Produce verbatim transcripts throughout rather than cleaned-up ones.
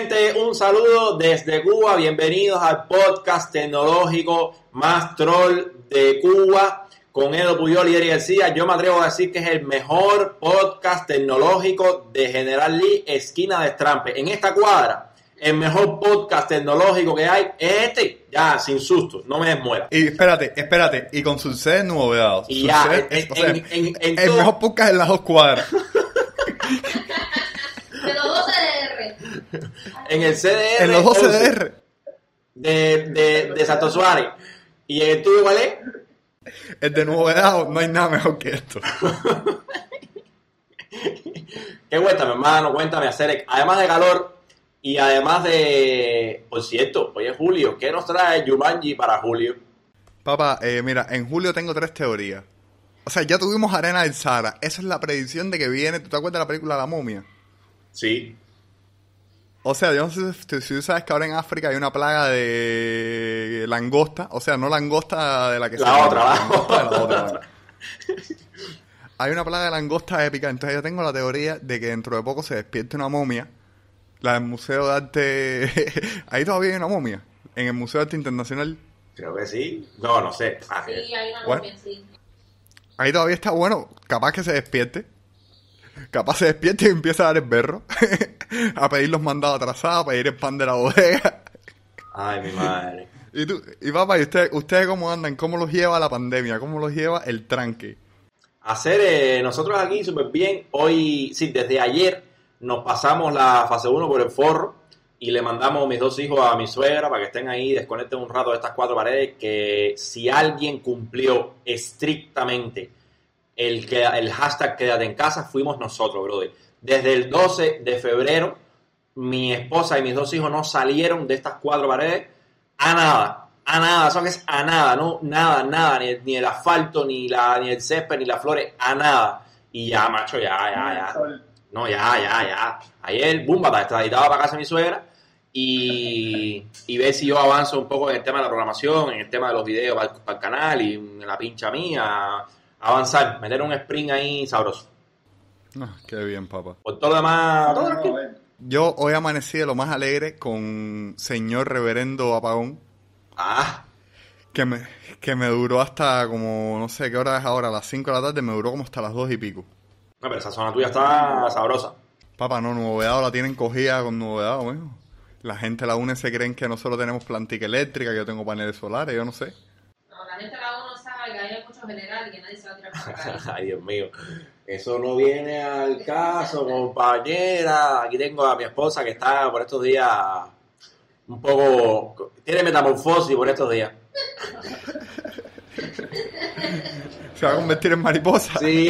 gente, un saludo desde Cuba, bienvenidos al podcast tecnológico más troll de Cuba con Edo Puyol y Eri García. Yo me atrevo a decir que es el mejor podcast tecnológico de General Lee, esquina de Estrampe. En esta cuadra, el mejor podcast tecnológico que hay es este, ya sin susto, no me desmuera. Y espérate, espérate, y con sus sedes novedados. Y ya, en, es, o en, sea, en, en, en el todo... mejor podcast en las dos cuadras. De los dos C D R. En el C D R. En los dos C D R. De, de, de Santo Suárez. ¿Y el tuyo cuál es? El de novedad, no hay nada mejor que esto. ¿Qué cuéntame, hermano? Cuéntame, hacer. Además de calor y además de... Por cierto, hoy es julio. ¿Qué nos trae Jumanji para julio? Papá, eh, mira, en julio tengo tres teorías. O sea, ya tuvimos Arena del Sahara. Esa es la predicción de que viene. ¿Tú te acuerdas de la película La Momia? Sí. O sea, yo no sé si, si tú sabes que ahora en África hay una plaga de langosta. O sea, no langosta de la que La se otra, la langosta de la otra. ¿Vale? Hay una plaga de langosta épica. Entonces yo tengo la teoría de que dentro de poco se despierte una momia. La del Museo de Arte... Ahí todavía hay una momia. En el Museo de Arte Internacional. Creo que sí. No, no sé. Ah, Sí, hay una Bueno. momia, sí. Ahí todavía está bueno. Capaz que se despierte. Capaz se despierte y empieza a dar el berro. A pedir los mandados atrasados, a pedir el pan de la bodega. Ay, mi madre. Y tú, y papá, ¿y ustedes ustedes cómo andan? ¿Cómo los lleva la pandemia? ¿Cómo los lleva el tranque? Hacer, eh, nosotros aquí súper bien. Hoy, sí, desde ayer nos pasamos la fase uno por el forro y le mandamos mis dos hijos a mi suegra para que estén ahí, desconecten un rato de estas cuatro paredes, que si alguien cumplió estrictamente el, que, el hashtag quédate en casa, fuimos nosotros, brother. Desde el doce de febrero, mi esposa y mis dos hijos no salieron de estas cuatro paredes a nada, a nada, eso que es a nada, no, nada, nada, ni, ni el asfalto, ni, la, ni el césped, ni las flores, a nada. Y ya, macho, ya, ya, ya. No, ya, ya, ya. Ayer, boom, bata, extraditaba para casa de mi suegra y, y ver si yo avanzo un poco en el tema de la programación, en el tema de los videos para, para el canal y en la pincha mía. Avanzar, meter un sprint ahí sabroso. Ah, qué bien, papá. Por todo lo demás, todo tranquilo. Yo hoy amanecí de lo más alegre con señor reverendo apagón. Ah, Que me, que me duró hasta como, no sé qué hora es ahora, a las cinco de la tarde, me duró como hasta las dos y pico. no, pero esa zona tuya está sabrosa. Papá, no, Nuevedad la tienen cogida con Nuevedad, bueno. La gente de la U N E se creen que nosotros tenemos plantica eléctrica, que yo tengo paneles solares, yo no sé. No, la gente de la uno sabe que hay muchos generales y que nadie se va a tirar por la calle. Ay, Dios mío. Eso no viene al caso, compañera. Aquí tengo a mi esposa que está por estos días un poco... Tiene metamorfosis por estos días. Se va a convertir en mariposa. Sí.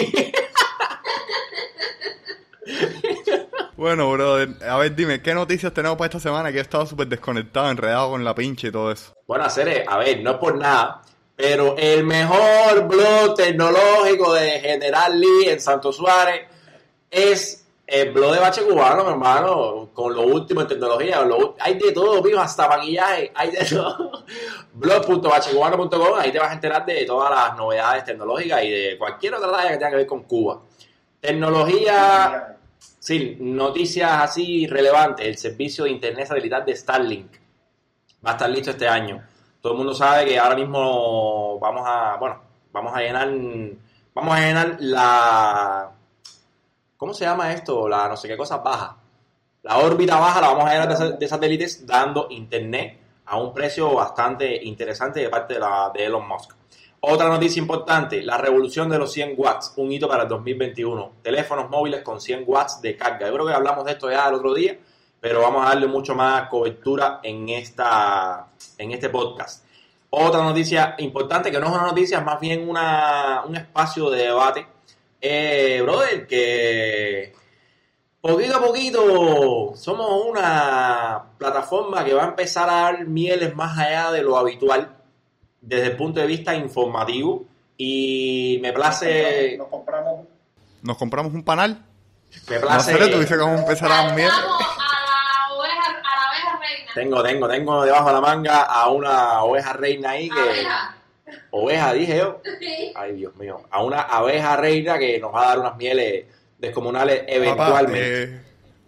Bueno, brother, a ver, dime, ¿qué noticias tenemos para esta semana? Que he estado súper desconectado, enredado con la pinche y todo eso. Bueno, hacer, a ver, no es por nada, pero el mejor blog tecnológico de General Lee en Santo Suárez es el blog de Bache Cubano, mi hermano, con lo último en tecnología. Lo, hay de todo, mijo, hasta maquillaje, hay de todo. blog punto bache cubano punto com, ahí te vas a enterar de todas las novedades tecnológicas y de cualquier otra tarea que tenga que ver con Cuba. Tecnología... Sí, noticias así relevantes. El servicio de internet satelital de Starlink va a estar listo este año. Todo el mundo sabe que ahora mismo vamos a, bueno, vamos a llenar, vamos a llenar la, ¿cómo se llama esto? La no sé qué cosa baja. La órbita baja la vamos a llenar de, de satélites dando internet a un precio bastante interesante de parte de, la, de Elon Musk. Otra noticia importante, la revolución de los cien watts, un hito para el dos mil veintiuno. Teléfonos móviles con cien watts de carga. Yo creo que hablamos de esto ya el otro día, pero vamos a darle mucho más cobertura en, esta, en este podcast. Otra noticia importante, que no es una noticia, es más bien una, un espacio de debate. Eh, brother, que poquito a poquito somos una plataforma que va a empezar a dar mieles más allá de lo habitual, desde el punto de vista informativo, y me place... Nos compramos... ¿Nos compramos un panal? Me No place... sé, tú dices que vamos a empezar a dar miel. Vamos a la oveja, a la abeja reina. Tengo, tengo, tengo debajo de la manga a una oveja reina ahí que... Abeja. Oveja, dije yo. Sí. Ay, Dios mío. A una abeja reina que nos va a dar unas mieles descomunales Papá, eventualmente. eh,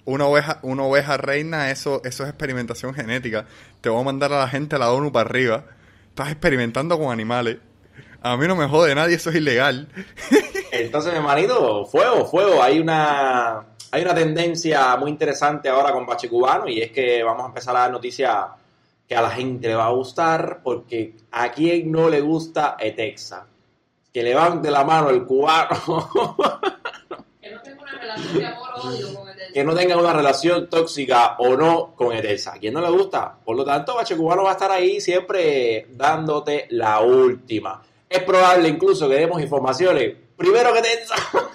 una oveja, una oveja reina, eso, eso es experimentación genética. Te voy a mandar a la gente a la ONU para arriba. Estás experimentando con animales. A mí no me jode nadie, eso es ilegal. Entonces, mi hermanito, fuego, fuego. Hay una, hay una tendencia muy interesante ahora con Bache Cubano y es que vamos a empezar a dar noticias que a la gente le va a gustar porque a quien no le gusta Etexa. Que levante la mano el cubano. Que no tenga una relación de amor-odio con el Que no tenga una relación tóxica o no con Etexa. A quien no le gusta. Por lo tanto, Bache Cubano va a estar ahí siempre dándote la última. Es probable incluso que demos informaciones primero que Etexa.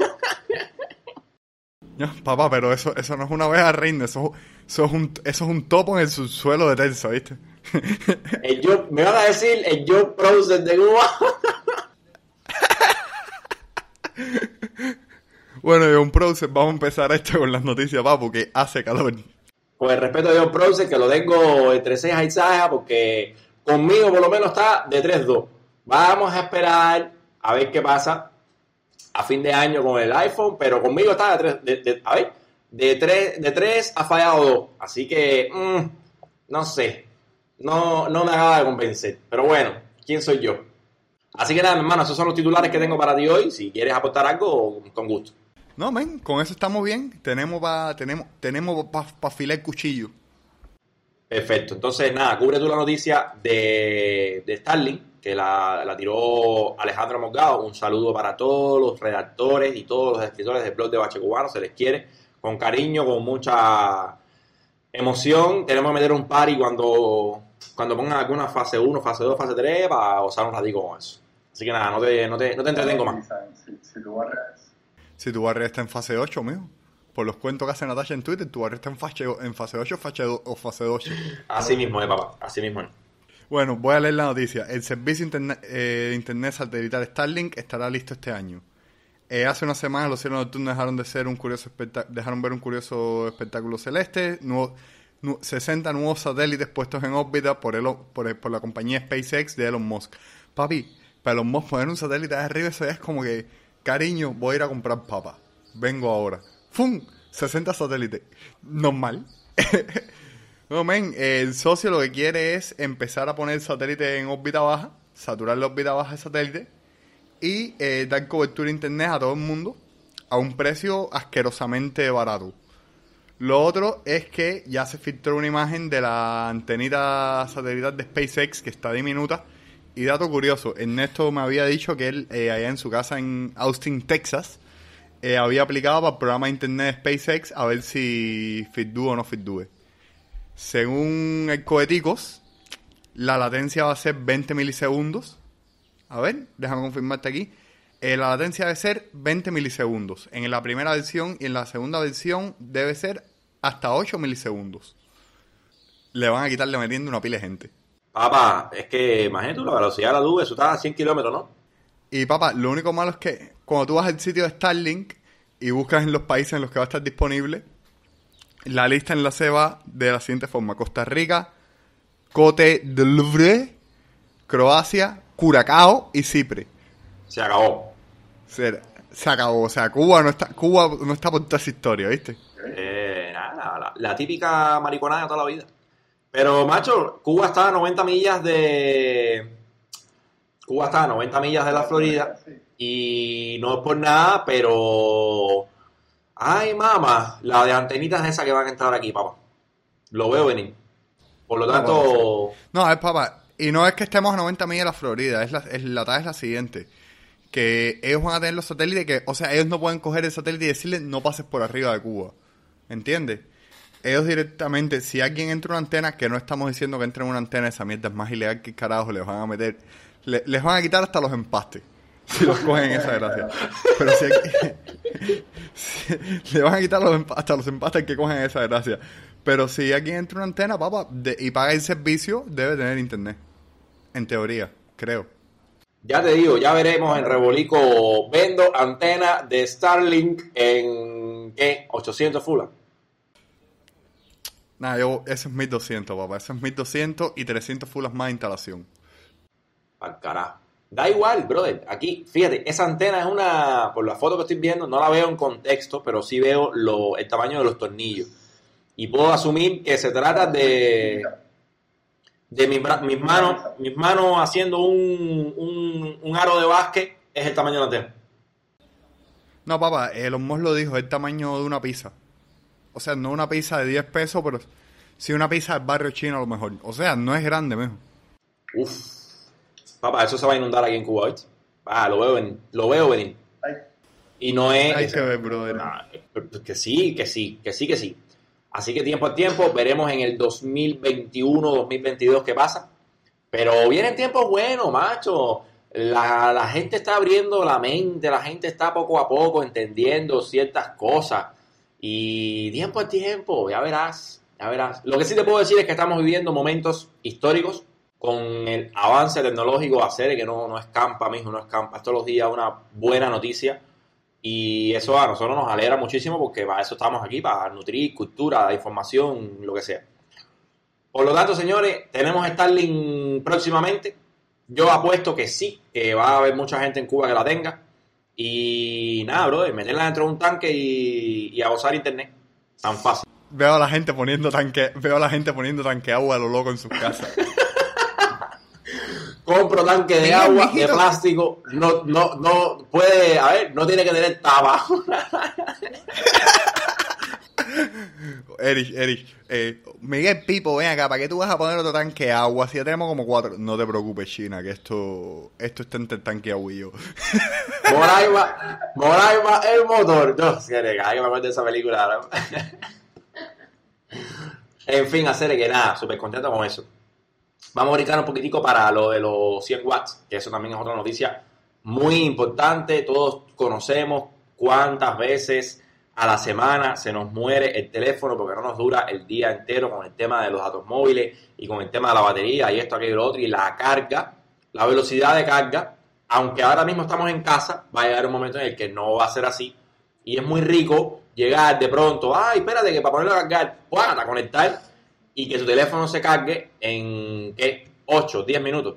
No, papá, pero eso, eso no es una oveja reina, eso, eso, es un, eso es un topo en el subsuelo de Tensa, ¿viste? El yo, me van a decir el Joe Process de Cuba. Bueno, John Process, vamos a empezar esto con las noticias, papá, porque hace calor. Con el respeto de John Process, que lo tengo entre ceja y ceja, porque conmigo por lo menos está de tres dos. Vamos a esperar a ver qué pasa a fin de año con el iPhone, pero conmigo está de tres, de, de, a ver, de tres, de tres ha fallado dos. Así que, mmm, no sé, no, no me acaba de convencer. Pero bueno, ¿quién soy yo? Así que nada, mi hermano, esos son los titulares que tengo para ti hoy. Si quieres aportar algo, con gusto. No, men, con eso estamos bien. Tenemos para tenemos, tenemos pa, pa afilar el cuchillo. Perfecto. Entonces, nada, cubre tú la noticia de, de Starlink, que la, la tiró Alejandro Morgado. Un saludo para todos los redactores y todos los escritores del blog de Bache Cubano. Se les quiere con cariño, con mucha emoción. Tenemos que meter un party cuando, cuando pongan alguna fase uno, fase dos, fase tres para gozar un ratito con eso. Así que nada, no te, no te, no te entretengo más. Si, si tu barrio Si tu barrio está en fase ocho, mijo. Por los cuentos que hace Natasha en Twitter, tu barrio está en fase, en fase ocho fase do, o fase doce. Así mismo, eh, papá. Así mismo. Eh. Bueno, voy a leer la noticia. El servicio internet, eh, internet satelital Starlink estará listo este año. Eh, hace unas semanas los cielos nocturnos dejaron de ser un curioso espectá- dejaron ver un curioso espectáculo celeste. Nuevo, nu- sesenta nuevos satélites puestos en órbita por, el, por, el, por la compañía SpaceX de Elon Musk. Papi, para Elon Musk poner un satélite de arriba, eso es como que, cariño, voy a ir a comprar papas. Vengo ahora. ¡Fum! sesenta satélites. Normal. No, men, el socio lo que quiere es empezar a poner satélites en órbita baja, saturar la órbita baja de satélite y eh, dar cobertura a internet a todo el mundo a un precio asquerosamente barato. Lo otro es que ya se filtró una imagen de la antenita satelital de SpaceX que está diminuta. Y dato curioso, Ernesto me había dicho que él eh, allá en su casa en Austin, Texas, eh, había aplicado para el programa de internet de SpaceX a ver si FitDo o no FitDo. Según el Coeticos, la latencia va a ser veinte milisegundos. A ver, déjame confirmarte aquí. Eh, la latencia debe ser veinte milisegundos. En la primera versión y en la segunda versión debe ser hasta ocho milisegundos. Le van a quitarle metiendo una pila de gente. Papá, es que imagínate tú la velocidad de la luz, eso está a cien kilómetros, ¿no? Y papá, lo único malo es que cuando tú vas al sitio de Starlink y buscas en los países en los que va a estar disponible, la lista enlace va de la siguiente forma: Costa Rica, Cote d'Ivoire, Croacia, Curacao y Chipre. Se acabó. Se, se acabó, o sea, Cuba no está, Cuba no está por toda esa historia, ¿viste? Eh, nada, la, la típica mariconada de toda la vida. Pero, macho, Cuba está a noventa millas de... Cuba está a noventa millas de la Florida. Y no es por nada, pero... Ay, mamá, la de antenitas esa que van a entrar aquí, papá. Lo veo venir. Por lo tanto... No, es papá. Y no es que estemos a noventa millas de la Florida. Es la, es, la tarea es la siguiente. Que ellos van a tener los satélites que... O sea, ellos no pueden coger el satélite y decirle no pases por arriba de Cuba. ¿Entiendes? Ellos directamente, si alguien entra una antena, que no estamos diciendo que entre una antena, esa mierda es más ilegal que carajo, les van a meter, le, les van a quitar hasta los empastes, si los cogen esa desgracia. Pero si, aquí, si le van a quitar los empa- hasta los empastes que cogen esa desgracia. Pero si alguien entra una antena, papá, de, y paga el servicio, debe tener internet. En teoría, creo. Ya te digo, ya veremos en Rebolico. Vendo antena de Starlink en, ¿qué? ochocientos fulas. Nada, yo, eso es mil doscientos, papá. Eso es mil doscientos y trescientos fulas más de instalación. Al carajo. Da igual, brother. Aquí, fíjate, esa antena es una... Por la foto que estoy viendo, no la veo en contexto, pero sí veo lo, el tamaño de los tornillos. y puedo asumir que se trata de, de mis, mis manos mis manos haciendo un, un, un aro de básquet es el tamaño de la antena. No, papá, Elon Musk lo dijo, es el tamaño de una pizza. O sea, no una pizza de diez pesos, pero sí una pizza del barrio chino a lo mejor. O sea, no es grande, mijo. Uf. Papá, eso se va a inundar aquí en Cuba, ¿viste? Ah, lo veo venir. Lo veo venir. Y no es... Hay que ver, brother. Ah, que sí, que sí, que sí, que sí. Así que tiempo al tiempo, veremos en el dos mil veintiuno, dos mil veintidós qué pasa. Pero vienen tiempos buenos, macho. La, la gente está abriendo la mente, la gente está poco a poco entendiendo ciertas cosas. Y tiempo al tiempo, ya verás, ya verás. Lo que sí te puedo decir es que estamos viviendo momentos históricos con el avance tecnológico a hacer que no, no escampa, mijo, no escampa. Todos los días una buena noticia. Y eso a nosotros nos alegra muchísimo porque para eso estamos aquí, para nutrir cultura, información, lo que sea. Por lo tanto, señores, tenemos Starlink próximamente. Yo apuesto que sí, que va a haber mucha gente en Cuba que la tenga. Y nada, brother, meterla dentro de un tanque y, y a gozar internet. Tan fácil. Veo a la gente poniendo tanque, veo a la gente poniendo tanque agua a lo loco en sus casas. Compro tanque de Mira, agua, mijito. de plástico, no, no, no puede, a ver, no tiene que tener tapa. Erich, Erich, eh, Miguel Pipo, ven acá, ¿para qué tú vas a poner otro tanque de agua? Si ya tenemos como cuatro. No te preocupes, China, que esto esto está entre el tanque de agua y yo. Moraima, Moraima, el motor. No, si que me acuerdo de esa película. ¿No? En fin, hacer que nada, súper contento con eso. Vamos a brincar un poquitico para lo de los cien watts, que eso también es otra noticia muy importante. Todos conocemos cuántas veces a la semana se nos muere el teléfono porque no nos dura el día entero con el tema de los datos móviles y con el tema de la batería y esto, aquello y lo otro, y la carga, la velocidad de carga. Aunque ahora mismo estamos en casa, va a llegar un momento en el que no va a ser así. Y es muy rico llegar de pronto, ay, espérate que para ponerlo a cargar, ¡pum!, a conectar y que tu teléfono se cargue en, ¿qué? ocho, diez minutos.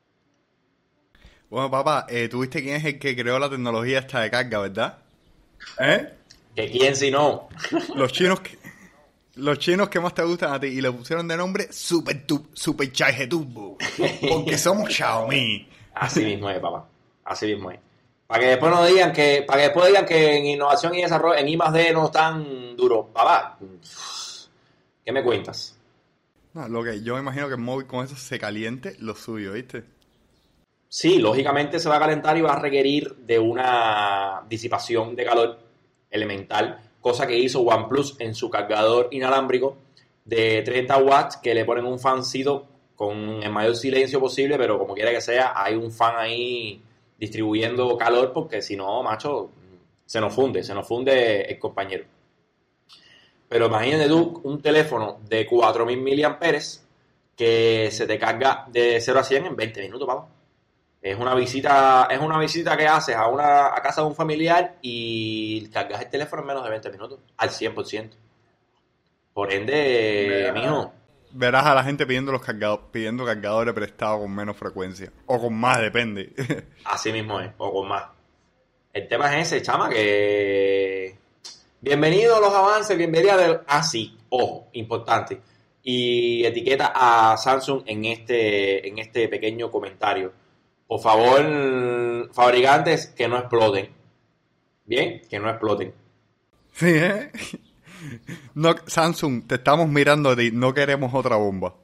Bueno, papá, eh, ¿tú viste quién es el que creó la tecnología esta de carga, verdad? ¿Eh? Que quién si no. Los chinos que... Los chinos que más te gustan a ti y le pusieron de nombre Super, tu, Super Charge Turbo. Porque somos Xiaomi. Así mismo es, papá. Así mismo es. Para que después no digan que, para que después digan que en innovación y desarrollo, en I más D no están duros. Papá, ¿qué me cuentas? No, lo que yo me imagino que el móvil con eso se caliente lo suyo, ¿viste? Sí, lógicamente se va a calentar y va a requerir de una disipación de calor elemental, cosa que hizo OnePlus en su cargador inalámbrico de treinta watts, que le ponen un fancito con el mayor silencio posible, pero como quiera que sea, hay un fan ahí distribuyendo calor, porque si no, macho, se nos funde, se nos funde el compañero. Pero imagínate tú un teléfono de cuatro mil miliamperios que se te carga de cero a cien en veinte minutos, papá. Es una visita, es una visita que haces a una a casa de un familiar y cargas el teléfono en menos de veinte minutos, al cien por ciento. Por ende, mijo, Verás a la gente pidiendo los cargadores, pidiendo cargadores prestados con menos frecuencia. O con más, depende. así mismo es, o con más. El tema es ese, chama, que... Bienvenidos a los avances, bienvenida del... Ah, sí, ojo, importante. Y etiqueta a Samsung en este, en este pequeño comentario. Por favor, fabricantes, que no exploten. Bien, que no exploten. Sí, ¿eh? No, Samsung, te estamos mirando a ti, no queremos otra bomba.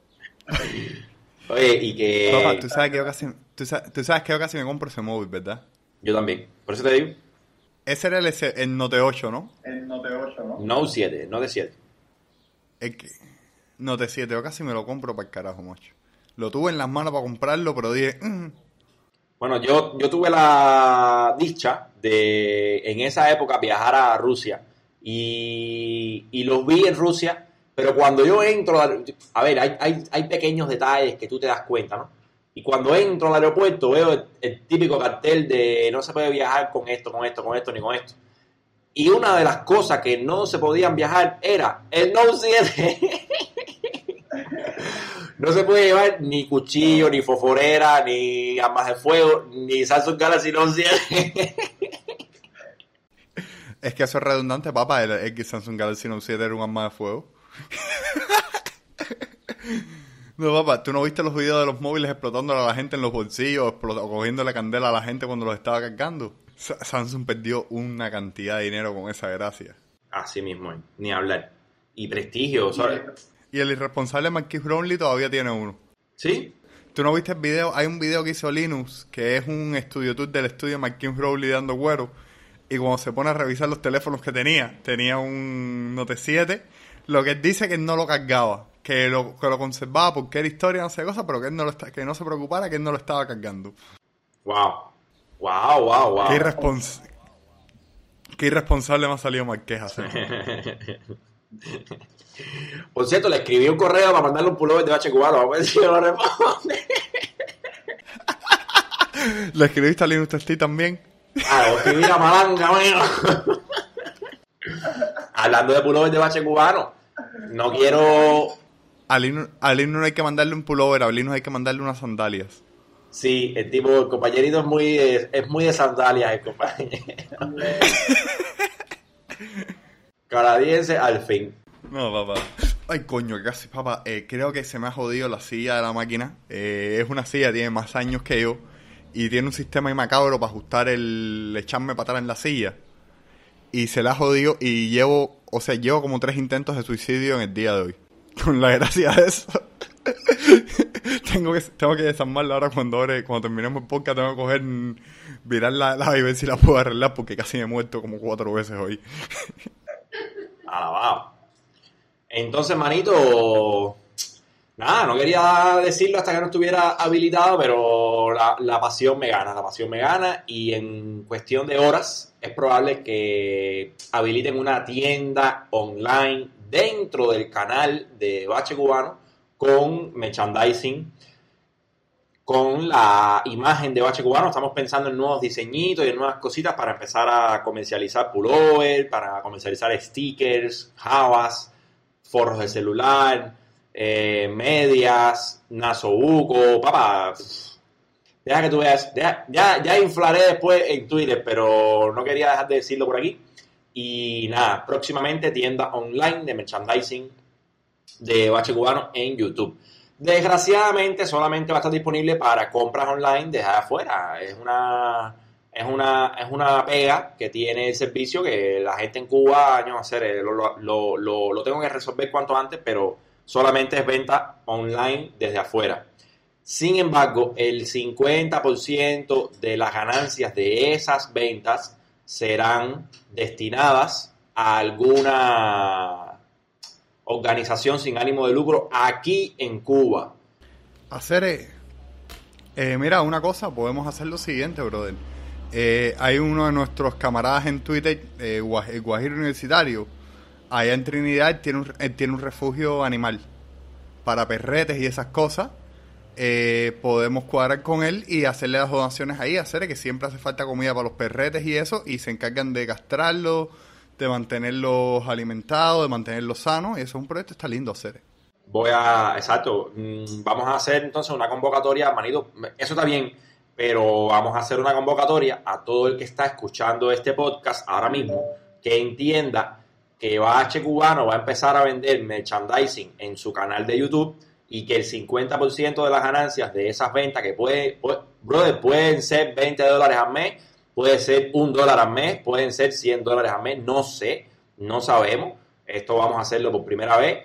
Oye, y que... Papá, tú sabes que yo casi, tú sabes, tú sabes que yo casi me compro ese móvil, ¿verdad? Yo también. Por eso te digo, Ese era el, S- el Note ocho, ¿no? El Note ocho, ¿no? Note siete, Note siete. El que... Note siete, yo casi me lo compro para el carajo, macho. Lo tuve en las manos para comprarlo, pero dije... "Mm". Bueno, yo, yo tuve la dicha de, en esa época, viajar a Rusia y, y los vi en Rusia, pero cuando yo entro, a, a ver, hay, hay, hay pequeños detalles que tú te das cuenta, ¿no? Y cuando entro al aeropuerto veo el, el típico cartel de no se puede viajar con esto, con esto, con esto, ni con esto. Y una de las cosas que no se podían viajar era el Note siete. No se puede llevar ni cuchillo, ni fosforera, ni armas de fuego, ni Samsung Galaxy Note siete. Es que eso es redundante, papá. El, el Samsung Galaxy Note siete era un arma de fuego. No, papá, ¿tú no viste los videos de los móviles explotando a la gente en los bolsillos explot- o cogiéndole candela a la gente cuando los estaba cargando? Sa- Samsung perdió una cantidad de dinero con esa gracia. Así mismo, ni hablar. Y prestigio, ¿sabes? Y el irresponsable Marquis Brownlee todavía tiene uno. ¿Sí? ¿Tú no viste el video? Hay un video que hizo Linus, que es un estudio tour del estudio Marquis Brownlee dando cuero. Y cuando se pone a revisar los teléfonos que tenía, tenía un Note siete. Lo que él dice que él no lo cargaba, que lo, que lo conservaba porque era historia, no sé cosa, pero que él no lo está, que no se preocupara, que él no lo estaba cargando. Wow. Wow, wow, wow. Qué, irrespons- Qué irresponsable me ha salido Marqués así. Por cierto, le escribí un correo para mandarle un pullover de bache cubano. Vamos a ver si lo responde. ¿Le escribiste a Linus Testi también? Ah, lo escribí a malanga, amigo. Hablando de pullover de bache cubano, no quiero... A Linus, a Linus no hay que mandarle un pullover, a Linus hay que mandarle unas sandalias. Sí, el tipo, el compañerito es muy, es muy de sandalias, el compañero. Canadiense al fin. No, papá. Ay, coño, casi, papá. Eh, creo que se me ha jodido la silla de la máquina. Eh, es una silla, tiene más años que yo. Y tiene un sistema ahí macabro para ajustar el... echarme para atrás en la silla. Y se la ha jodido y llevo... O sea, llevo como tres intentos de suicidio en el día de hoy. Con la gracia de eso. tengo que tengo que desarmarla ahora cuando, ahora, cuando terminemos el podcast. Tengo que coger... Virarla la y ver si la puedo arreglar porque casi me he muerto como cuatro veces hoy. Alabado. Entonces, manito, nada, no quería decirlo hasta que no estuviera habilitado, pero la, la pasión me gana, la pasión me gana y en cuestión de horas es probable que habiliten una tienda online dentro del canal de Bache Cubano con merchandising, con la imagen de Bache Cubano. Estamos pensando en nuevos diseñitos y en nuevas cositas para empezar a comercializar pullover, para comercializar stickers, jabas, forros de celular, eh, medias, nasobuco, papá. Deja que tú veas, deja, ya, ya inflaré después en Twitter, pero no quería dejar de decirlo por aquí. Y nada, próximamente tienda online de merchandising de Bache Cubano en YouTube. Desgraciadamente solamente va a estar disponible para compras online desde afuera. Es una, es una, es una pega que tiene el servicio que la gente en Cuba, no hacer, lo, lo, lo, lo tengo que resolver cuanto antes, pero solamente es venta online desde afuera. Sin embargo, el cincuenta por ciento de las ganancias de esas ventas serán destinadas a alguna organización sin ánimo de lucro aquí en Cuba. Hacer, eh, eh, mira, una cosa, podemos hacer lo siguiente, brother. Eh, hay uno de nuestros camaradas en Twitter, eh, Guaj- el Guajiro Universitario, allá en Trinidad, tiene un, él tiene un refugio animal para perretes y esas cosas. Eh, podemos cuadrar con él y hacerle las donaciones ahí, hacer que siempre hace falta comida para los perretes y eso, y se encargan de castrarlos, de mantenerlos alimentados, de mantenerlos sanos, y eso es un proyecto, está lindo hacer. Voy a, exacto, mm, vamos a hacer entonces una convocatoria, manito, eso está bien, pero vamos a hacer una convocatoria a todo el que está escuchando este podcast ahora mismo, que entienda que Bache Cubano va a empezar a vender merchandising en su canal de YouTube y que el cincuenta por ciento de las ganancias de esas ventas, que puede, puede brother, pueden ser veinte dólares al mes, puede ser un dólar al mes, pueden ser cien dólares al mes, no sé, no sabemos. Esto vamos a hacerlo por primera vez.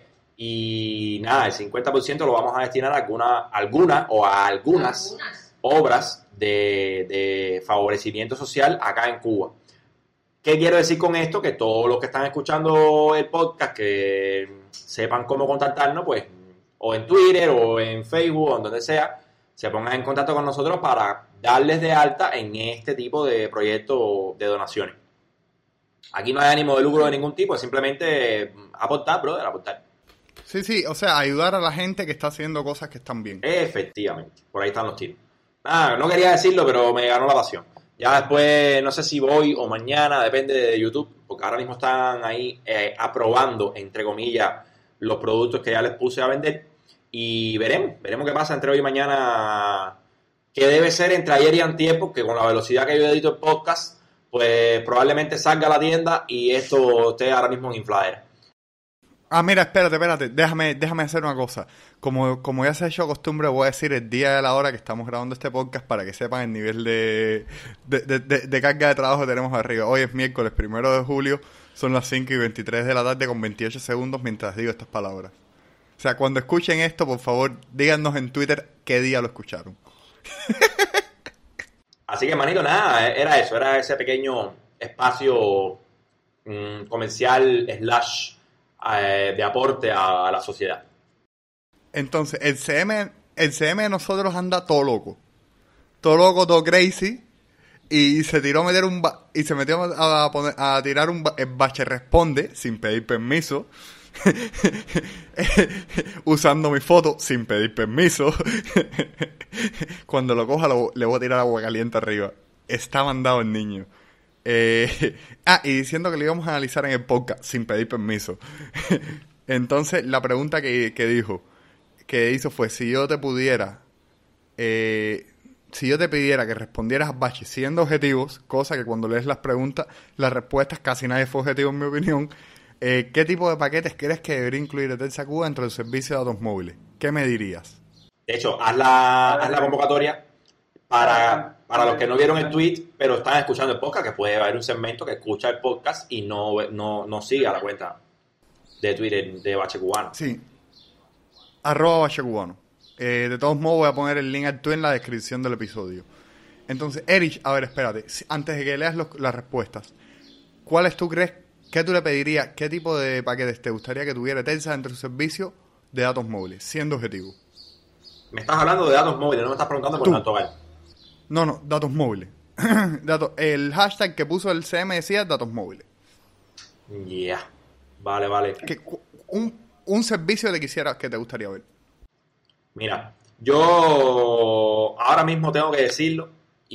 Y nada, el cincuenta por ciento lo vamos a destinar a alguna, alguna o a algunas, algunas. obras de, de favorecimiento social acá en Cuba. ¿Qué quiero decir con esto? Que todos los que están escuchando el podcast, que sepan cómo contactarnos, pues, o en Twitter, o en Facebook, o en donde sea, se pongan en contacto con nosotros para darles de alta en este tipo de proyectos de donaciones. Aquí no hay ánimo de lucro de ningún tipo, es simplemente aportar, brother, aportar. Sí, sí, o sea, ayudar a la gente que está haciendo cosas que están bien. Efectivamente, por ahí están los tiros. Nada, no quería decirlo, pero me ganó la pasión. Ya después, no sé si voy o mañana, depende de YouTube, porque ahora mismo están ahí eh, aprobando, entre comillas, los productos que ya les puse a vender. Y veremos, veremos qué pasa entre hoy y mañana, que debe ser entre ayer y antier, porque con la velocidad que yo edito el podcast, pues probablemente salga a la tienda y esto esté ahora mismo en infladera. Ah, mira, espérate, espérate. Déjame, déjame hacer una cosa. Como, como ya se ha hecho costumbre, voy a decir el día y la hora que estamos grabando este podcast para que sepan el nivel de, de, de, de, de carga de trabajo que tenemos arriba. Hoy es miércoles primero de julio, son las cinco y veintitrés de la tarde con veintiocho segundos mientras digo estas palabras. O sea, cuando escuchen esto, por favor, díganos en Twitter qué día lo escucharon. Así que, manito, nada, era eso, era ese pequeño espacio mmm, comercial slash eh, de aporte a, a la sociedad. Entonces, el C M, el C M de nosotros anda todo loco. Todo loco, todo crazy. Y se tiró a meter un ba- y se metió a, a, poner, a tirar un ba- el bache responde sin pedir permiso. Usando mi foto sin pedir permiso. Cuando lo coja lo, le voy a tirar agua caliente arriba. Está mandado el niño. Eh, ah, y diciendo que lo íbamos a analizar en el podcast sin pedir permiso. Entonces, la pregunta que, que dijo, que hizo fue, si yo te pudiera, eh, si yo te pidiera que respondieras a baches siendo objetivos, cosa que cuando lees las preguntas, las respuestas casi nadie fue objetivo en mi opinión, eh, ¿qué tipo de paquetes crees que debería incluir Telsa Cuba dentro del servicio de datos móviles? ¿Qué me dirías? De hecho, haz la, haz la convocatoria para, para los que no vieron el tweet, pero están escuchando el podcast, que puede haber un segmento que escucha el podcast y no, no, no siga la cuenta de Twitter de Bache Cubano. Sí. Arroba Bache Cubano. Eh, de todos modos voy a poner el link al tweet en la descripción del episodio. Entonces, Erich, a ver, espérate. Antes de que leas los, las respuestas, ¿cuáles tú crees, qué tú le pedirías, qué tipo de paquetes te gustaría que tuviera Telsa dentro de su servicio de datos móviles, siendo objetivo? Me estás hablando de datos móviles, no me estás preguntando por Nato Gal. No, no, datos móviles. datos, el hashtag que puso el C M decía datos móviles. Ya. Yeah. Vale, vale. Que, un, un servicio que quisieras que te gustaría ver. Mira, yo ahora mismo tengo que decirlo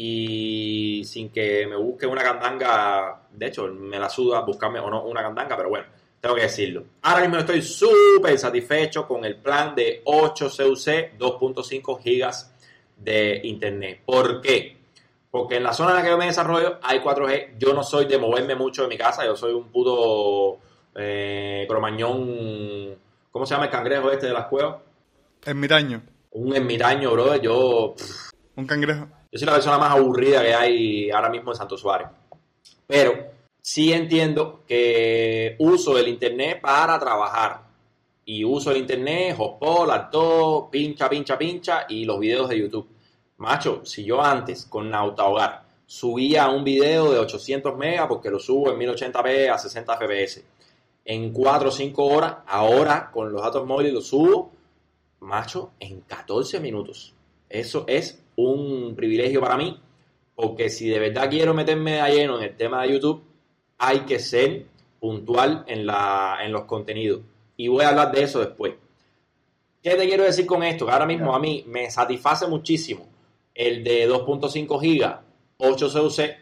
y sin que me busque una candanga, de hecho me la suda buscarme o no una candanga, pero bueno, tengo que decirlo. Ahora mismo estoy súper satisfecho con el plan de ocho C U C, dos punto cinco gigas de internet. ¿Por qué? Porque en la zona en la que yo me desarrollo hay cuatro G. Yo no soy de moverme mucho de mi casa, yo soy un puto eh, cromañón. ¿Cómo se llama el cangrejo este de las cuevas? Ermitaño. Un ermitaño, bro. Yo. Pff, un cangrejo. Yo soy la persona más aburrida que hay ahora mismo en Santo Suárez. Pero sí entiendo que uso el internet para trabajar. Y uso el internet, hotspot, laptop, pincha, pincha, pincha y los videos de YouTube. Macho, si yo antes con Nautahogar subía un video de ochocientos megas porque lo subo en mil ochenta p a sesenta F P S en cuatro o cinco horas, ahora con los datos móviles lo subo, macho, en catorce minutos. Eso es un privilegio para mí, porque si de verdad quiero meterme a lleno en el tema de YouTube, hay que ser puntual en, la, en los contenidos. Y voy a hablar de eso después. ¿Qué te quiero decir con esto? Que ahora mismo a mí me satisface muchísimo el de dos punto cinco gigas, ocho C U C,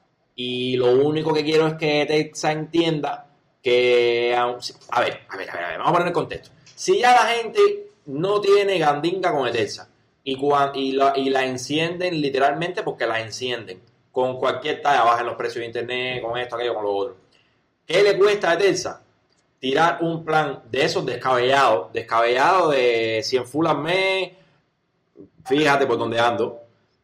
y lo único que quiero es que Telsa entienda que... A ver, a ver, a ver, a ver, vamos a poner el contexto. Si ya la gente no tiene gandinga con Telsa y, y, la, y la encienden literalmente porque la encienden con cualquier talla, bajan los precios de internet, con esto, aquello, con lo otro. ¿Qué le cuesta a Telsa? Tirar un plan de esos descabellados, descabellado de cien full al mes, fíjate por dónde ando,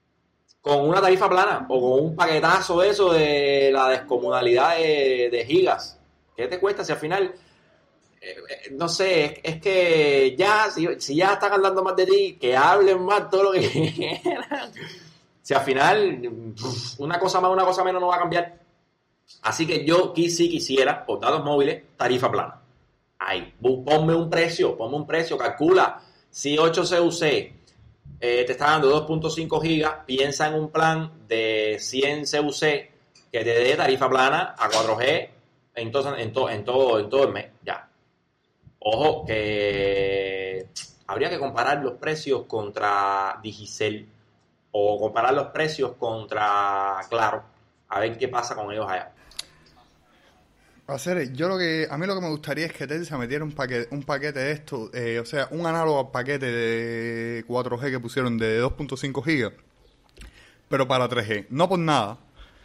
con una tarifa plana o con un paquetazo de eso de la descomunalidad de, de gigas. ¿Qué te cuesta si al final, eh, eh, no sé, es, es que ya, si, si ya están hablando más de ti, que hablen más todo lo que quieran. Si al final, una cosa más, una cosa menos no va a cambiar. Así que yo sí si quisiera, por datos móviles, tarifa plana. Ahí, ponme un precio, ponme un precio, calcula. Si ocho C U C eh, te está dando dos punto cinco gigas, piensa en un plan de cien C U C que te dé tarifa plana a cuatro G en, to, en, to, en, todo, en todo el mes. Ya. Ojo, que habría que comparar los precios contra Digicel o comparar los precios contra Claro, a ver qué pasa con ellos allá. Hacer, yo lo que a mí lo que me gustaría es que Telsa metiera un paquete, un paquete de esto, eh, o sea, un análogo al paquete de cuatro G que pusieron de dos punto cinco gigas, pero para tres G. No por nada,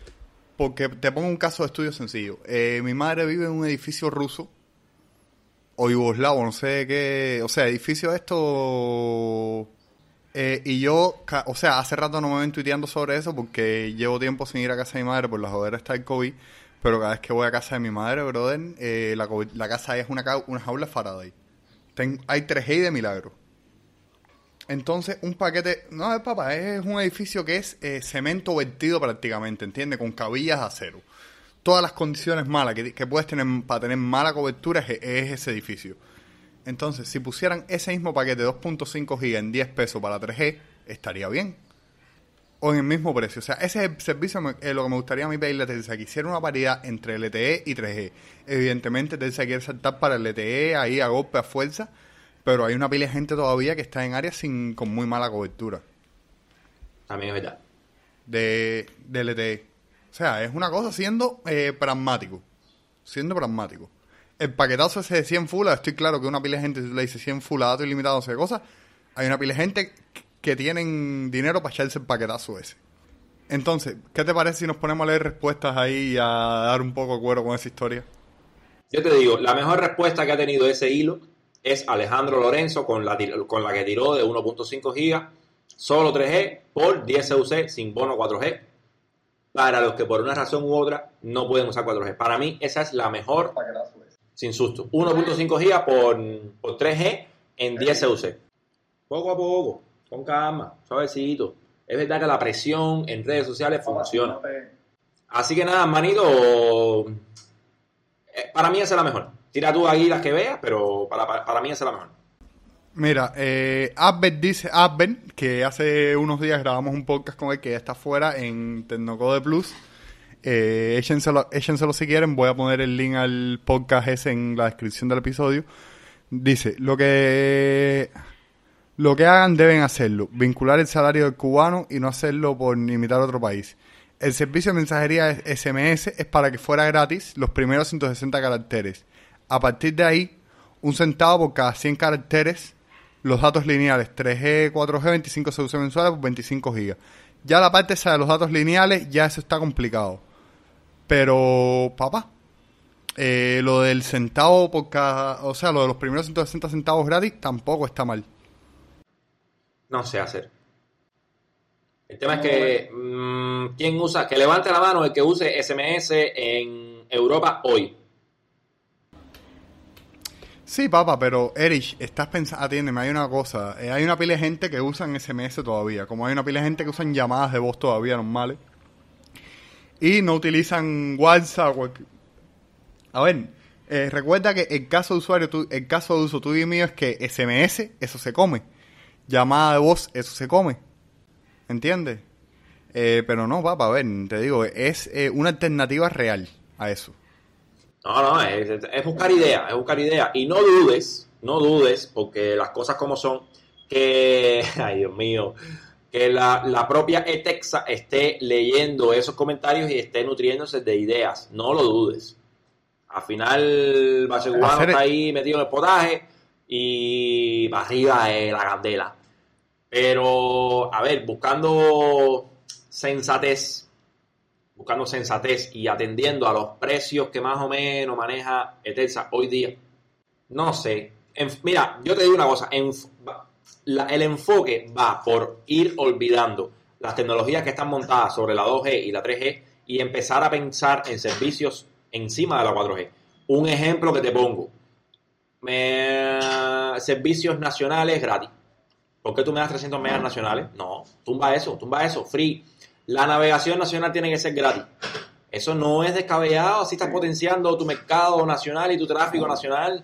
porque te pongo un caso de estudio sencillo. Eh, mi madre vive en un edificio ruso o yugoslavo, no sé qué, o sea, edificio esto, eh, y yo, ca- o sea, hace rato no me ven tuiteando sobre eso porque llevo tiempo sin ir a casa de mi madre por la jodera está el COVID, pero cada vez que voy a casa de mi madre, brother, eh, la, COVID la casa es una, ca- una jaula Faraday. Ten, hay tres G de milagro. Entonces, un paquete, no, es papá, es un edificio que es eh, cemento vertido prácticamente, ¿entiendes? Con cabillas de acero. Todas las condiciones malas que, que puedes tener para tener mala cobertura es, es ese edificio. Entonces, si pusieran ese mismo paquete de dos punto cinco gigas en diez pesos para tres G, estaría bien. O en el mismo precio. O sea, ese es el servicio me- eh, lo que me gustaría a mí pedirle a Telsa, que hiciera una paridad entre L T E y tres G. Evidentemente, Telsa quiere saltar para el L T E, ahí a golpe, a fuerza, pero hay una pila de gente todavía que está en áreas sin, con muy mala cobertura También es verdad. de, de L T E. O sea, es una cosa siendo eh, pragmático. Siendo pragmático. El paquetazo ese de cien full, estoy claro que una pila de gente, si tú le dices cien full a datos ilimitados, no sé cosas, hay una pila de gente que tienen dinero para echarse el paquetazo ese. Entonces, ¿qué te parece si nos ponemos a leer respuestas ahí y a dar un poco de cuero con esa historia? Yo te digo, la mejor respuesta que ha tenido ese hilo es Alejandro Lorenzo con la, tir- con la que tiró de uno punto cinco gigas, solo tres G por diez C U C sin bono cuatro G, para los que por una razón u otra no pueden usar cuatro G. Para mí esa es la mejor, sin susto. uno punto cinco gigas por, por tres G en diez C U C. Poco a poco, con calma, suavecito. Es verdad que la presión en redes sociales funciona. Así que nada, manito, eh, para mí esa es la mejor. Tira tú ahí las que veas, pero para, para, para mí esa es la mejor. Mira, eh, Albert dice, Albert, que hace unos días grabamos un podcast con él que ya está fuera en Tecnocode Plus. Eh, échenselo, échenselo si quieren, voy a poner el link al podcast ese en la descripción del episodio. Dice, lo que lo que hagan deben hacerlo, vincular el salario del cubano y no hacerlo por imitar a otro país. El servicio de mensajería S M S es para que fuera gratis los primeros ciento sesenta caracteres. A partir de ahí, un centavo por cada cien caracteres, los datos lineales tres G, cuatro G, veinticinco C U C mensuales por veinticinco gigas. Ya la parte esa de los datos lineales, ya eso está complicado. Pero, papá, eh, lo del centavo por cada, o sea, lo de los primeros ciento sesenta centavos gratis tampoco está mal. No sé hacer. El tema es que mmm, ¿quién usa? Que levante la mano el que use S M S en Europa hoy. Sí, papá, pero Erich, estás pensando, atiéndeme, hay una cosa, eh, hay una pila de gente que usan S M S todavía, como hay una pila de gente que usan llamadas de voz todavía normales y no utilizan WhatsApp. Cualquier... A ver, eh, recuerda que el caso de usuario, tu, el caso de uso tuyo y mío es que S M S, eso se come, llamada de voz, eso se come, ¿entiendes? Eh, pero no, papá, a ver, te digo, es eh, una alternativa real a eso. No, no, es, es buscar ideas, es buscar ideas. Y no dudes, no dudes, porque las cosas como son, que, ay Dios mío, que la, la propia ETEXA esté leyendo esos comentarios y esté nutriéndose de ideas. No lo dudes. Al final, Bache Cubano está ahí metido en el potaje y para arriba es la candela. Pero, a ver, buscando sensatez, buscando sensatez y atendiendo a los precios que más o menos maneja ETEXA hoy día, no sé. En, mira, yo te digo una cosa, en, la, el enfoque va por ir olvidando las tecnologías que están montadas sobre la dos G y la tres G y empezar a pensar en servicios encima de la cuatro G. Un ejemplo que te pongo, me, servicios nacionales gratis. ¿Por qué tú me das trescientos megas nacionales? No, tumba eso, tumba eso, free. La navegación nacional tiene que ser gratis. Eso no es descabellado, así estás potenciando tu mercado nacional y tu tráfico nacional.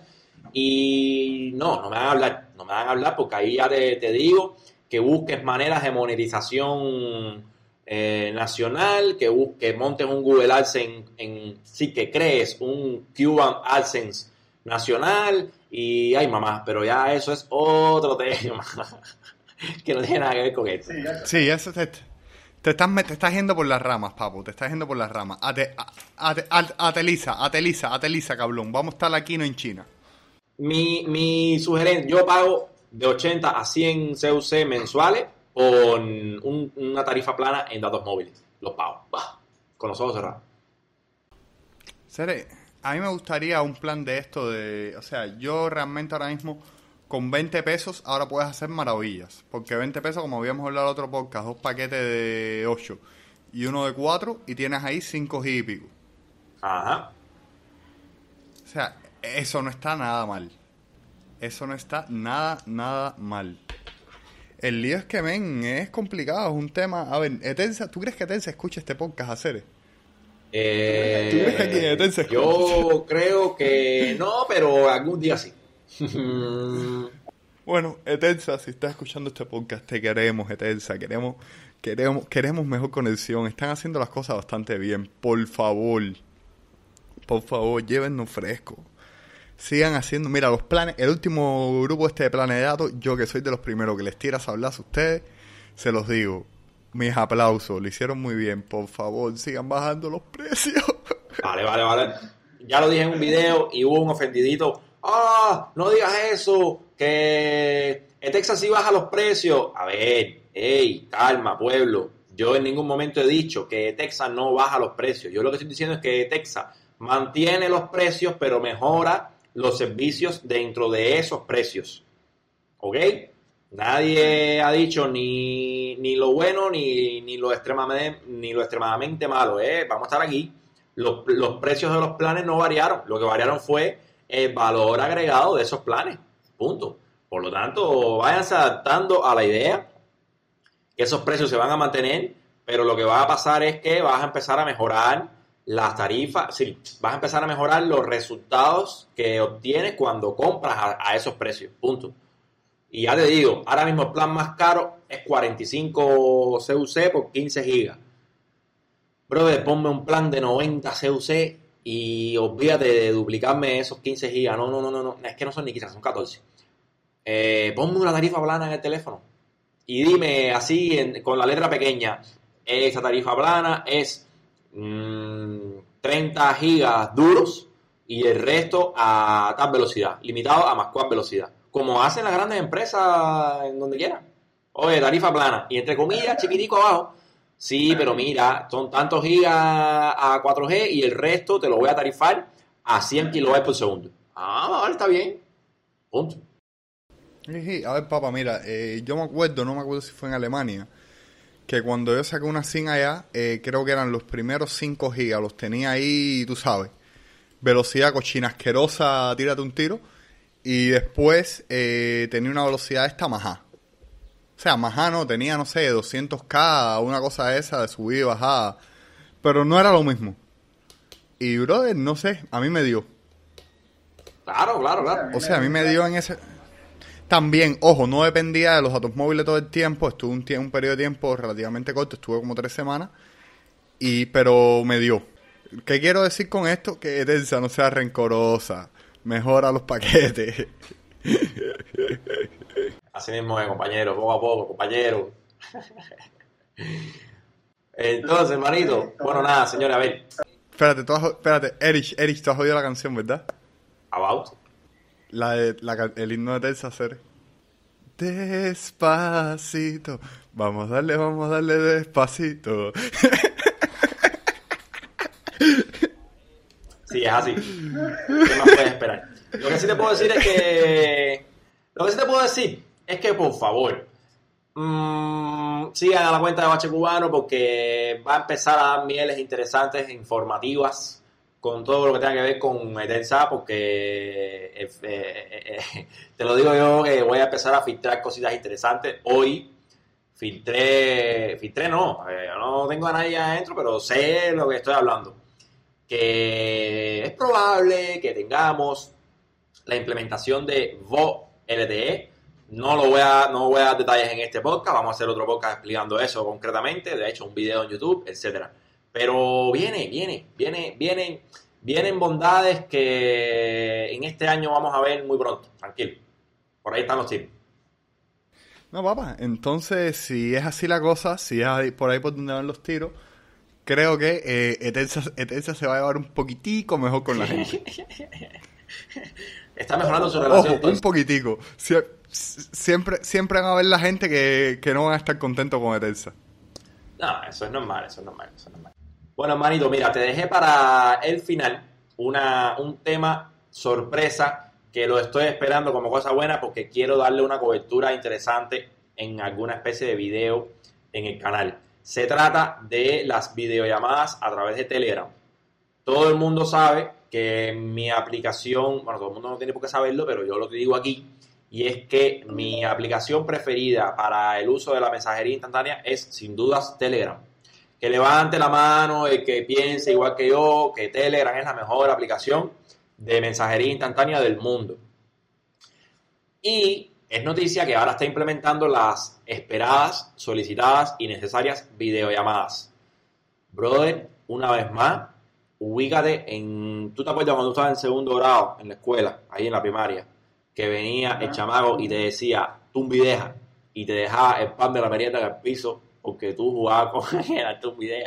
Y no, no me van a hablar, no me van a hablar porque ahí ya te, te digo que busques maneras de monetización eh, nacional, que, busques, montes un Google AdSense, en, sí que crees un Cuban AdSense nacional y ay mamá, pero ya eso es otro tema que no tiene nada que ver con esto. Sí, eso es esto. Te estás, te estás yendo por las ramas, papu. Te estás yendo por las ramas. Ate, ate, ate, ateliza, ateliza, ateliza, cabrón. Vamos a estar aquí, no en China. Mi, mi sugerencia, yo pago de ochenta a cien C U C mensuales con un, una tarifa plana en datos móviles. Los pago. Bah, con los ojos cerrados. Sere, A mí me gustaría un plan de esto de... O sea, yo realmente ahora mismo con veinte pesos ahora puedes hacer maravillas. Porque veinte pesos, como habíamos hablado en otro podcast, dos paquetes de ocho y uno de cuatro y tienes ahí cinco gigas y pico. Ajá. O sea, eso no está nada mal. Eso no está nada, nada mal. El lío es que, men, es complicado, es un tema... A ver, Etensa, ¿tú crees que Etensa escucha este podcast, Hacer? Eh, ¿Tú crees que aquí en Etensa escucha? Yo creo que no, pero algún día sí. Bueno, Etensa, si estás escuchando este podcast, te queremos, Etensa. Queremos, queremos, queremos mejor conexión. Están haciendo las cosas bastante bien. Por favor, por favor, llévennos fresco. Sigan haciendo, mira, los planes, el último grupo este de planes de datos, yo que soy de los primeros que les tiras a hablar a ustedes, se los digo, mis aplausos, lo hicieron muy bien, por favor, sigan bajando los precios. Vale, vale, vale. Ya lo dije en un video y hubo un ofendidito, ah, no digas eso, que Texas sí baja los precios. A ver, hey, calma, pueblo, yo en ningún momento he dicho que Texas no baja los precios, yo lo que estoy diciendo es que Texas mantiene los precios, pero mejora los servicios dentro de esos precios. ¿Ok? Nadie ha dicho ni, ni lo bueno ni, ni, lo extremadamente, ni lo extremadamente malo. ¿eh? Vamos a estar aquí. Los, los precios de los planes no variaron. Lo que variaron fue el valor agregado de esos planes. Punto. Por lo tanto, váyanse adaptando a la idea que esos precios se van a mantener, pero lo que va a pasar es que vas a empezar a mejorar las tarifas, sí, vas a empezar a mejorar los resultados que obtienes cuando compras a, a esos precios, punto. Y ya te digo, ahora mismo el plan más caro es cuarenta y cinco C U C por quince gigas. Brother, ponme un plan de noventa C U C y olvídate de duplicarme esos quince gigas. No, no, no, no, no, es que no son ni quince, son catorce. Eh, ponme una tarifa plana en el teléfono y dime así, en, con la letra pequeña, esa tarifa plana es treinta gigas duros y el resto a tal velocidad, limitado a más cual velocidad, como hacen las grandes empresas en donde quieran. Oye, tarifa plana y entre comillas chiquitico abajo, sí, pero mira, son tantos gigas a cuatro G y el resto te lo voy a tarifar a cien kilobytes por segundo. Ah, vale, está bien, punto. Sí, sí. A ver, papá, mira, eh, yo me acuerdo, no me acuerdo si fue en Alemania, que cuando yo saqué una SIM allá, eh, creo que eran los primeros cinco gigas, los tenía ahí, tú sabes, velocidad cochina asquerosa, tírate un tiro, y después eh, tenía una velocidad esta majá. O sea, majá no, tenía, no sé, doscientos K, una cosa esa de subida y bajada, pero no era lo mismo. Y, brother, no sé, a mí me dio. Claro, claro, claro. O sea, a mí me dio en ese... También, ojo, no dependía de los datos móviles todo el tiempo, estuve un, tie- un periodo de tiempo relativamente corto, estuve como tres semanas, y pero me dio. ¿Qué quiero decir con esto? Que Etensa no sea rencorosa, mejora los paquetes. Así mismo es, compañero, poco a poco, compañero. Entonces, hermanito, bueno, nada, señores, a ver. Espérate, tú has, espérate, Erich, Erich, tú has oído la canción, ¿verdad? About. La de, la, el himno de Etensa, hacer. Despacito, vamos a darle, vamos a darle despacito. Sí, es así. ¿Qué más puedes esperar? Lo que sí te puedo decir es que... Lo que sí te puedo decir es que, por favor, mmm, sigan a la cuenta de Bache Cubano porque va a empezar a dar mieles interesantes, informativas, con todo lo que tenga que ver con Etensa, porque eh, eh, eh, te lo digo yo, que voy a empezar a filtrar cositas interesantes. Hoy filtré, filtré no, eh, no tengo a nadie adentro, pero sé lo que estoy hablando. Que es probable que tengamos la implementación de V O L T E. No lo voy a, no voy a dar detalles en este podcast, vamos a hacer otro podcast explicando eso concretamente, de hecho un video en YouTube, etcétera. Pero viene, viene, viene, vienen, vienen bondades que en este año vamos a ver muy pronto, tranquilo. Por ahí están los tips. No, papá, entonces si es así la cosa, si es ahí, por ahí por donde van los tiros, creo que eh, Etensa, Etensa se va a llevar un poquitico mejor con la gente. Está mejorando su relación. Ojo, un poquitico. Sie- siempre, siempre van a haber la gente que, que no van a estar contentos con Etensa. No, eso es normal, eso es normal, eso es normal. Bueno, hermanito, mira, te dejé para el final una, un tema sorpresa que lo estoy esperando como cosa buena porque quiero darle una cobertura interesante en alguna especie de video en el canal. Se trata de las videollamadas a través de Telegram. Todo el mundo sabe que mi aplicación, bueno, todo el mundo no tiene por qué saberlo, pero yo lo que digo aquí, y es que mi aplicación preferida para el uso de la mensajería instantánea es sin dudas Telegram. Que levante la mano el que piense igual que yo, que Telegram es la mejor aplicación de mensajería instantánea del mundo. Y es noticia que ahora está implementando las esperadas, solicitadas y necesarias videollamadas. Brother, una vez más, ubícate en... ¿Tú te acuerdas cuando estabas en segundo grado en la escuela, ahí en la primaria, que venía el chamaco y te decía, tumbideja, y te dejaba el pan de la merienda en el piso porque tú jugabas con el tumbideja?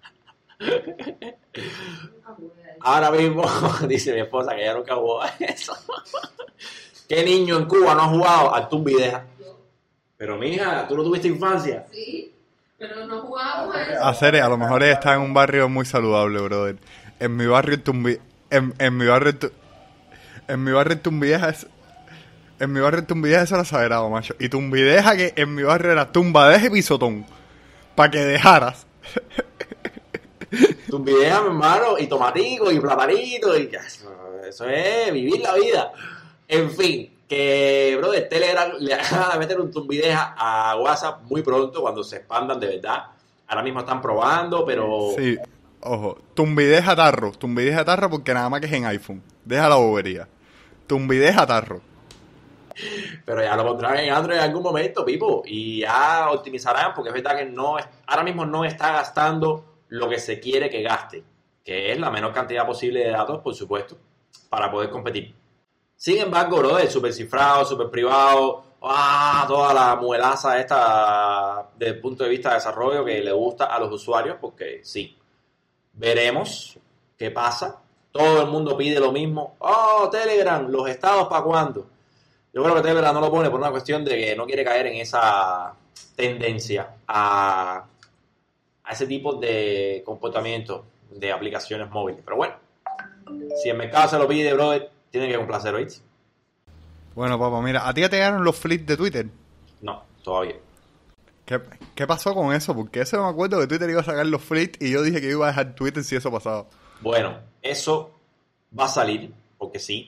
Ahora mismo, dice mi esposa que ella nunca jugó a eso. ¿Qué niño en Cuba no ha jugado al tumbideja? Pero mija, ¿tú no tuviste infancia? Sí, pero no jugábamos a eso. A serio, a lo mejor ella está en un barrio muy saludable, brother. En mi barrio el tumbi... En, en mi barrio el tu- En mi barrio el tumbideja es... En mi barrio el tumbideja eso era sagrado, macho. Y tumbideja que en mi barrio era tumbadeja y pisotón. Para que dejaras. Tumbideja, mi hermano, y tomatico, y platanito, y eso, eso es vivir la vida. En fin, que, bro, de Telegram le van a meter un tumbideja a WhatsApp muy pronto, cuando se expandan de verdad. Ahora mismo están probando, pero... Sí, ojo. Tumbideja tarro. Tumbideja tarro porque nada más que es en iPhone. Deja la bobería. Tumbideja tarro. Pero ya lo pondrán en Android en algún momento, Pipo, y ya optimizarán, porque es verdad que no es, ahora mismo no está gastando lo que se quiere que gaste, que es la menor cantidad posible de datos, por supuesto, para poder competir. Sin embargo, bro, es súper cifrado, súper privado, ¡ah! Toda la muelaza esta desde el punto de vista de desarrollo que le gusta a los usuarios, porque sí, veremos qué pasa. Todo el mundo pide lo mismo. ¡Oh, Telegram! ¿Los estados para cuándo? Yo creo que Telegram no lo pone por una cuestión de que no quiere caer en esa tendencia a, a ese tipo de comportamiento de aplicaciones móviles. Pero bueno, si el mercado se lo pide, brother, tiene que complacerlo, ¿viste? Bueno, papá, mira, ¿a ti ya te llegaron los flips de Twitter? No, todavía. ¿Qué, ¿Qué pasó con eso? Porque eso me acuerdo que Twitter iba a sacar los flips y yo dije que iba a dejar Twitter si eso pasaba. Bueno, eso va a salir, porque sí.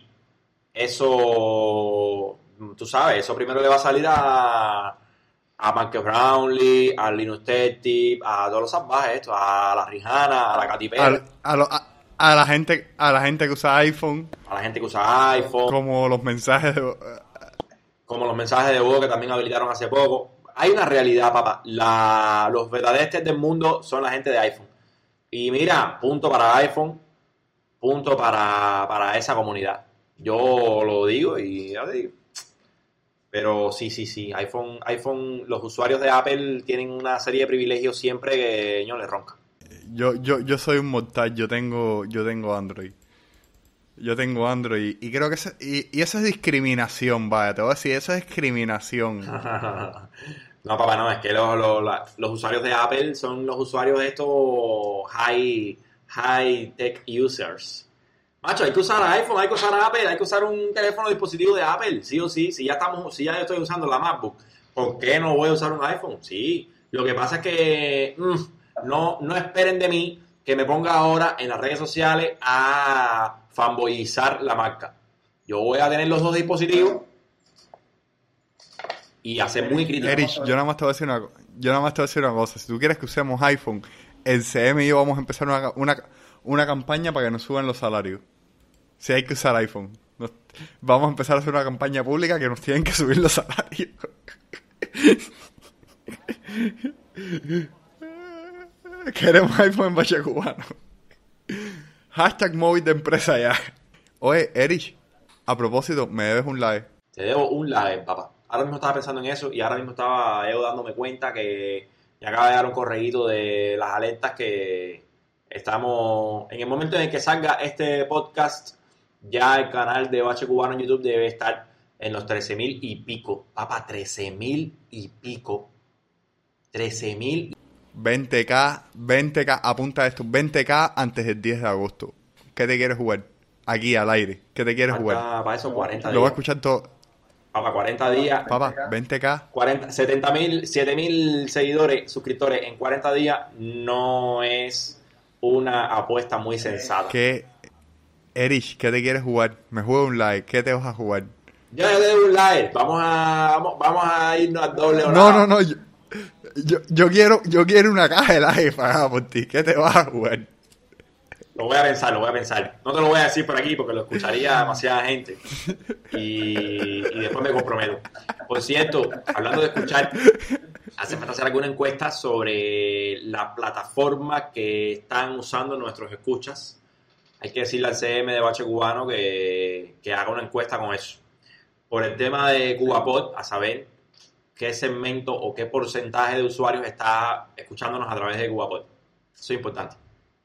Eso, tú sabes, eso primero le va a salir a, a Marcus Brownlee, a Linus Tech Tip, a todos los salvajes estos, a la Rihanna, a la Katy Perry. A, a, lo- a- a la gente a la gente que usa iPhone, A la gente que usa iPhone, como los mensajes de... como los mensajes de voz que también habilitaron hace poco. Hay una realidad, papá. La, los verdaderos del mundo son la gente de iPhone. Y mira, punto para iPhone, punto para, para esa comunidad. Yo lo digo y ya lo digo. Pero sí, sí, sí. iPhone, iPhone, los usuarios de Apple tienen una serie de privilegios siempre que no les ronca. Yo, yo, yo soy un mortal, yo tengo, yo tengo Android. Yo tengo Android y creo que eso, y, y eso es discriminación, vaya, te voy a decir, eso es discriminación. No, papá, no, es que los, los, la- los usuarios de Apple son los usuarios de estos high, high tech users. Macho, hay que usar iPhone, hay que usar Apple, hay que usar un teléfono dispositivo de Apple, sí o sí. Si ya estamos, si ya yo estoy usando la MacBook, ¿por qué no voy a usar un iPhone? Sí. Lo que pasa es que mm, no, no esperen de mí que me ponga ahora en las redes sociales a fanboyizar la marca. Yo voy a tener los dos dispositivos y a ser muy crítico. Erich, yo nada más te voy a decir una, co- yo nada más te voy a decir una cosa, si tú quieres que usemos iPhone, el C M y yo vamos a empezar una, una, una campaña para que nos suban los salarios. Si hay que usar iPhone. Nos- vamos a empezar a hacer una campaña pública que nos tienen que subir los salarios. Queremos iPhone en Valle Cubano. Hashtag móvil de empresa ya. Oye, Erich, a propósito, me debes un like. Te debo un live, papá. Ahora mismo estaba pensando en eso y ahora mismo estaba yo dándome cuenta que me acaba de dar un correíto de las alertas que estamos... En el momento en el que salga este podcast, ya el canal de Bache Cubano en YouTube debe estar en los trece mil y pico. Papá, trece mil y pico. trece mil. veinte k, veinte k, apunta esto, veinte k antes del diez de agosto. ¿qué te quieres jugar? Aquí, al aire. ¿Qué te quieres jugar? Falta para eso cuarenta Lo voy a días. escuchar todo. Papá, cuarenta días. Papá, veinte ka. cuarenta, setenta mil, siete mil seguidores, suscriptores en cuarenta días no es una apuesta muy sensata. ¿Qué, Erich, qué te quieres jugar? Me juego un like. ¿Qué te vas a jugar? Yo le doy un like. Vamos a, vamos, vamos a irnos al doble o No, nada. no, no. Yo, yo, yo quiero, yo quiero una caja de like pagada por ti. ¿Qué te vas a jugar? Lo voy a pensar, lo voy a pensar. No te lo voy a decir por aquí porque lo escucharía demasiada gente. Y, y después me comprometo. Por cierto, hablando de escuchar, hace falta hacer alguna encuesta sobre la plataforma que están usando nuestros escuchas. Hay que decirle al C M de Bache Cubano que, que haga una encuesta con eso. Por el tema de CubaPod, a saber qué segmento o qué porcentaje de usuarios está escuchándonos a través de CubaPod. Eso es importante.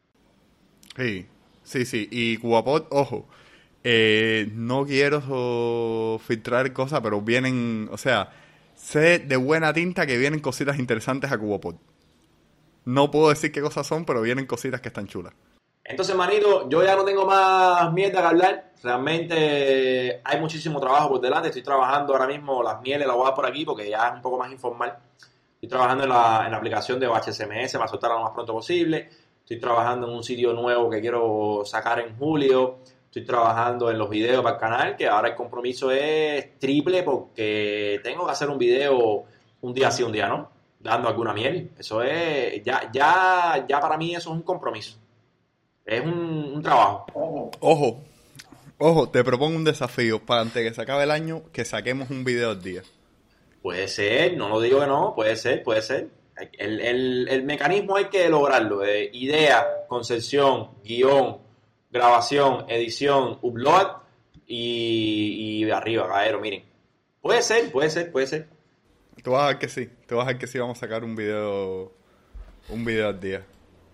Sí, sí, sí. Y CubaPod, ojo, eh, no quiero so- filtrar cosas, pero vienen, o sea, sé de buena tinta que vienen cositas interesantes a CubaPod. No puedo decir qué cosas son, pero vienen cositas que están chulas. Entonces, manito, yo ya no tengo más mierda que hablar. Realmente hay muchísimo trabajo por delante. Estoy trabajando ahora mismo las mieles, las voy a dar por aquí porque ya es un poco más informal. Estoy trabajando en la, en la aplicación de H S M S para soltarla lo más pronto posible. Estoy trabajando en un sitio nuevo que quiero sacar en julio. Estoy trabajando en los videos para el canal, que ahora el compromiso es triple porque tengo que hacer un video un día sí, un día no, dando alguna miel. Eso es, ya, ya, ya para mí eso es un compromiso. Es un, un trabajo. Ojo, ojo, te propongo un desafío para antes de que se acabe el año, que saquemos un video al día. Puede ser, no lo digo que no, puede ser, puede ser. El, el, el mecanismo hay que lograrlo. Eh, idea, concepción, guión, grabación, edición, upload y, y arriba, caballero, miren. Puede ser, puede ser, puede ser. Tú vas a ver que sí, tú vas a ver que sí vamos a sacar un video, un video al día.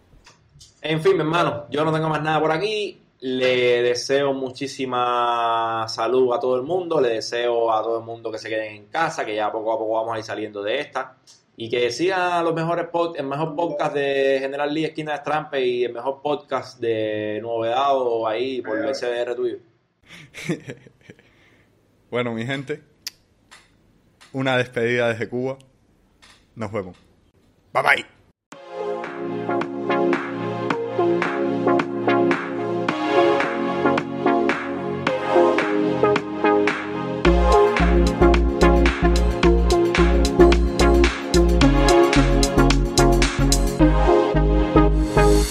En fin, mi hermano, yo no tengo más nada por aquí. Le deseo muchísima salud a todo el mundo. Le deseo a todo el mundo que se queden en casa, que ya poco a poco vamos a ir saliendo de esta. Y que sigan los mejores pod- el mejor podcast de General Lee, Esquina de Strampe, y el mejor podcast de Novedado ahí por el C D R tuyo. Bueno, mi gente, una despedida desde Cuba. Nos vemos. Bye bye.